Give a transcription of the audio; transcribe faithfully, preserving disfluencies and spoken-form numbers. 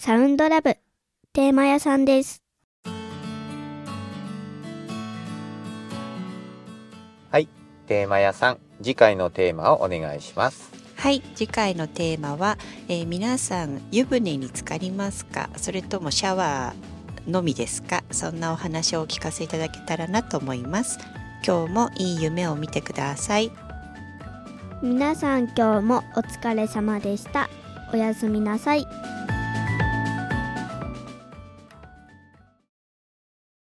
サウンドラブテーマ屋さんです。 はい、テーマ屋さん、次回のテーマをお願いします。 はい、次回のテーマは、えー、皆さん湯船に浸かりますか、それともシャワーのみですか。そんなお話をお聞かせいただけたらなと思います。今日もいい夢を見てください。 皆さん今日もお疲れ様でした。おやすみなさい。